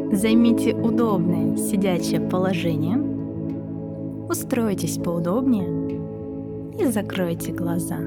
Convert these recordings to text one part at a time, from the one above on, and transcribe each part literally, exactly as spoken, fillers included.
Займите удобное сидячее положение, устройтесь поудобнее и закройте глаза.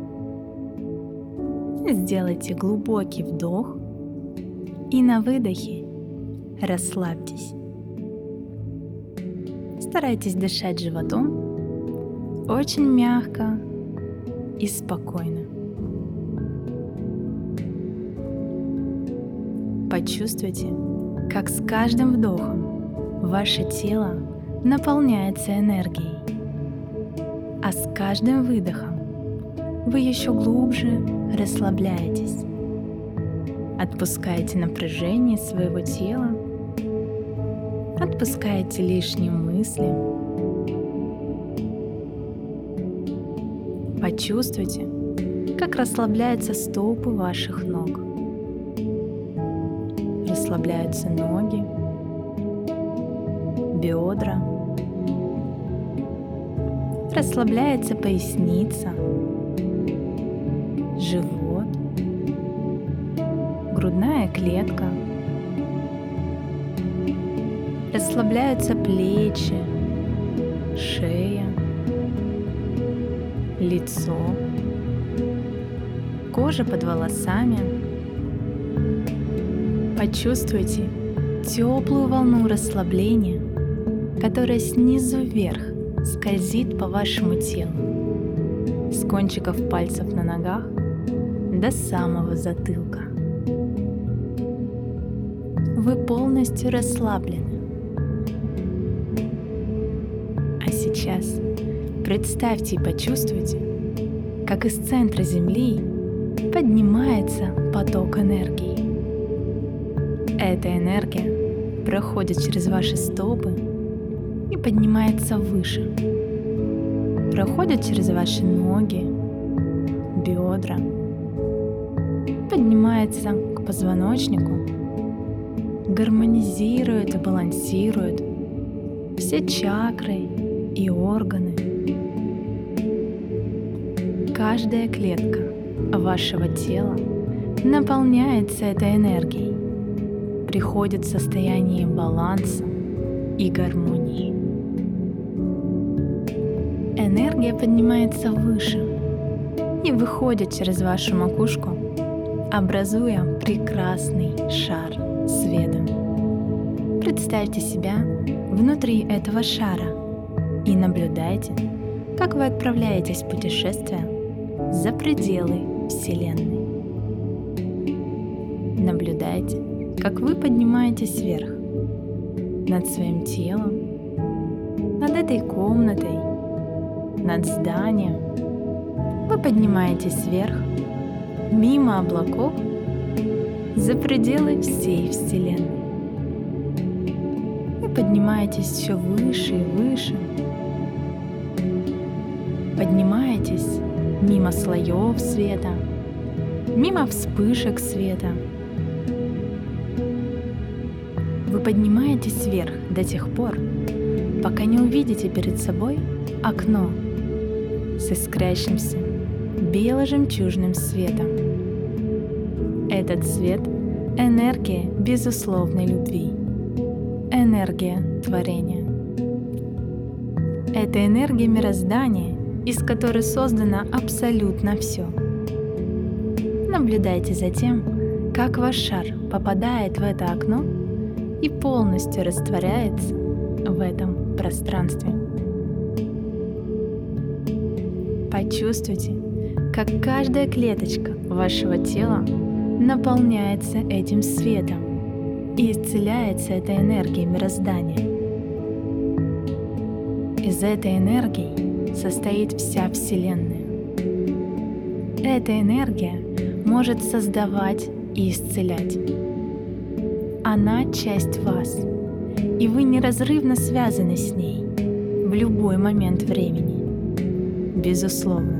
Сделайте глубокий вдох и на выдохе расслабьтесь. Старайтесь дышать животом очень мягко и спокойно. Почувствуйте, как с каждым вдохом ваше тело наполняется энергией, а с каждым выдохом вы еще глубже расслабляетесь. Отпускаете напряжение своего тела, отпускаете лишние мысли. Почувствуйте, как расслабляются стопы ваших ног. Расслабляются ноги, бедра, расслабляется поясница, живот, грудная клетка, расслабляются плечи, шея, лицо, кожа под волосами. Почувствуйте теплую волну расслабления, которая снизу вверх скользит по вашему телу, с кончиков пальцев на ногах до самого затылка. Вы полностью расслаблены. А сейчас представьте и почувствуйте, как из центра Земли поднимается поток энергии. Эта энергия проходит через ваши стопы и поднимается выше. Проходит через ваши ноги, бедра, поднимается к позвоночнику, гармонизирует и балансирует все чакры и органы. Каждая клетка вашего тела наполняется этой энергией, приходит в состояние баланса и гармонии. Энергия поднимается выше и выходит через вашу макушку, образуя прекрасный шар света. Представьте себя внутри этого шара и наблюдайте, как вы отправляетесь в путешествие за пределы Вселенной. Наблюдайте, как вы поднимаетесь вверх над своим телом, над этой комнатой, над зданием. Вы поднимаетесь вверх, мимо облаков, за пределы всей Вселенной. Вы поднимаетесь все выше и выше. Поднимаетесь мимо слоев света, мимо вспышек света. Вы поднимаетесь вверх до тех пор, пока не увидите перед собой окно с искрящимся бело-жемчужным светом. Этот свет — энергия безусловной любви, энергия творения. Это энергия мироздания, из которой создано абсолютно все. Наблюдайте за тем, как ваш шар попадает в это окно и полностью растворяется в этом пространстве. Почувствуйте, как каждая клеточка вашего тела наполняется этим светом и исцеляется этой энергией мироздания. Из этой энергии состоит вся Вселенная. Эта энергия может создавать и исцелять. Она часть вас, и вы неразрывно связаны с ней в любой момент времени. Безусловно.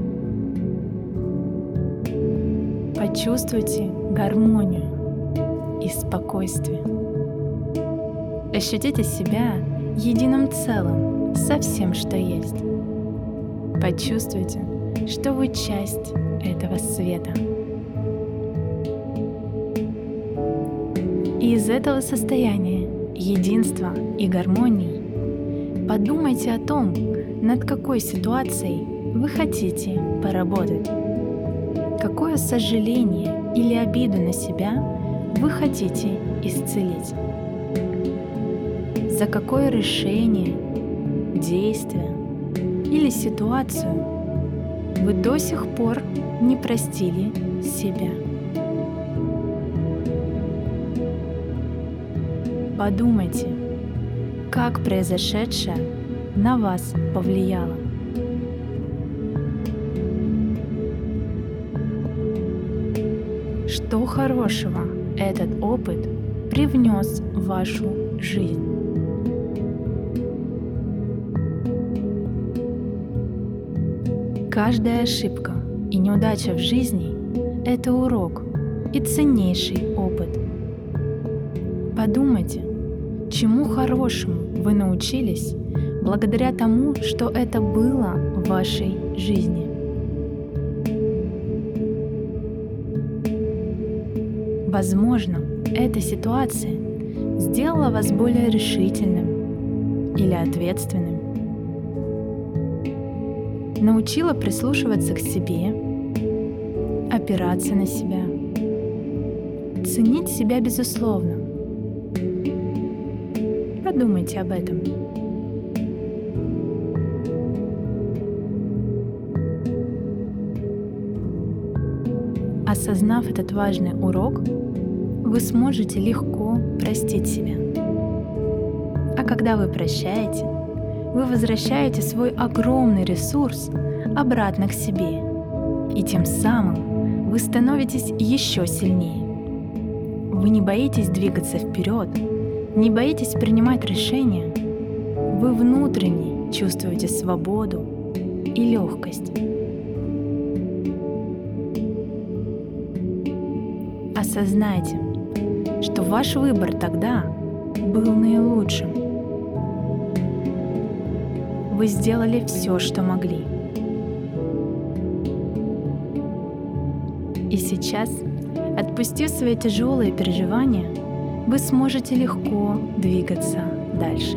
Почувствуйте гармонию и спокойствие. Ощутите себя единым целым со всем, что есть. Почувствуйте, что вы часть этого света. И из этого состояния единства и гармонии подумайте о том, над какой ситуацией вы хотите поработать. Какое сожаление или обиду на себя вы хотите исцелить? За какое решение, действие или ситуацию вы до сих пор не простили себя? Подумайте, как произошедшее на вас повлияло. Что хорошего этот опыт привнес в вашу жизнь? Каждая ошибка и неудача в жизни – это урок и ценнейший опыт. Подумайте, чему хорошему вы научились благодаря тому, что это было в вашей жизни. Возможно, эта ситуация сделала вас более решительным или ответственным, научила прислушиваться к себе, опираться на себя, ценить себя безусловно. Подумайте об этом. Осознав этот важный урок, вы сможете легко простить себя. А когда вы прощаете, вы возвращаете свой огромный ресурс обратно к себе, и тем самым вы становитесь еще сильнее. Вы не боитесь двигаться вперед, не боитесь принимать решения. Вы внутренне чувствуете свободу и легкость. Осознайте, что ваш выбор тогда был наилучшим. Вы сделали все, что могли. И сейчас, отпустив свои тяжелые переживания, вы сможете легко двигаться дальше.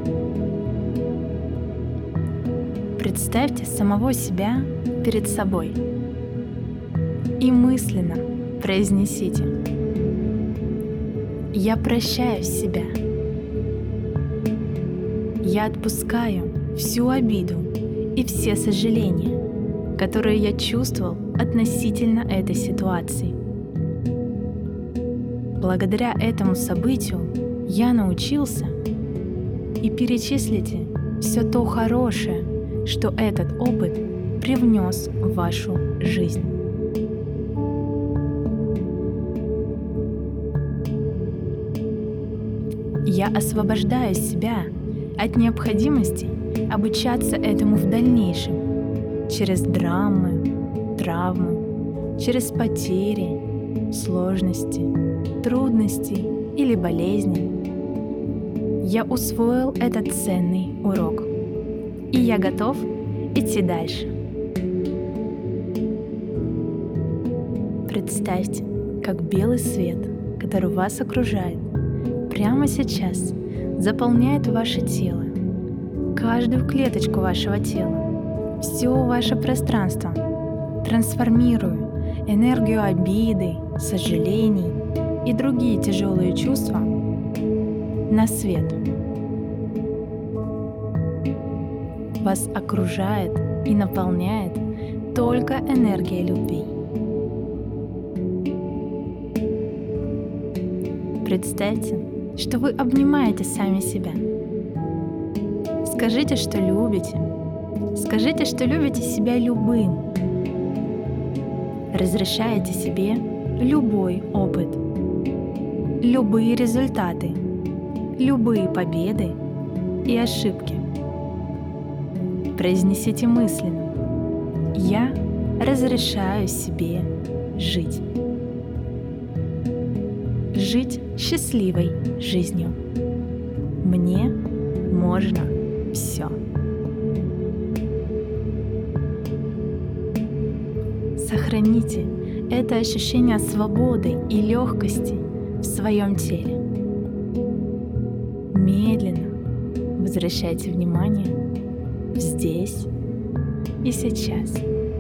Представьте самого себя перед собой и мысленно произнесите: «Я прощаю себя. Я отпускаю всю обиду и все сожаления, которые я чувствовал относительно этой ситуации. Благодаря этому событию я научился», и перечислите все то хорошее, что этот опыт привнес в вашу жизнь. Я освобождаю себя от необходимости обучаться этому в дальнейшем через драмы, травмы, через потери, сложности, трудности или болезни. Я усвоил этот ценный урок, и я готов идти дальше. Представьте, как белый свет, который вас окружает, прямо сейчас заполняет ваше тело, каждую клеточку вашего тела, все ваше пространство, трансформируя энергию обиды, сожалений и другие тяжелые чувства на свет. Вас окружает и наполняет только энергия любви. Представьте, что вы обнимаете сами себя. Скажите, что любите. Скажите, что любите себя любым. Разрешаете себе любой опыт, любые результаты, любые победы и ошибки. Произнесите мысленно: «Я разрешаю себе жить». Жить счастливой жизнью. Мне можно все. Сохраните это ощущение свободы и легкости в в своем теле. Медленно возвращайте внимание здесь и сейчас.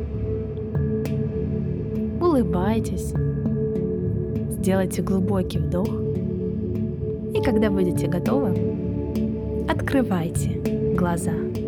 Улыбайтесь, сделайте глубокий вдох, и когда будете готовы, открывайте глаза.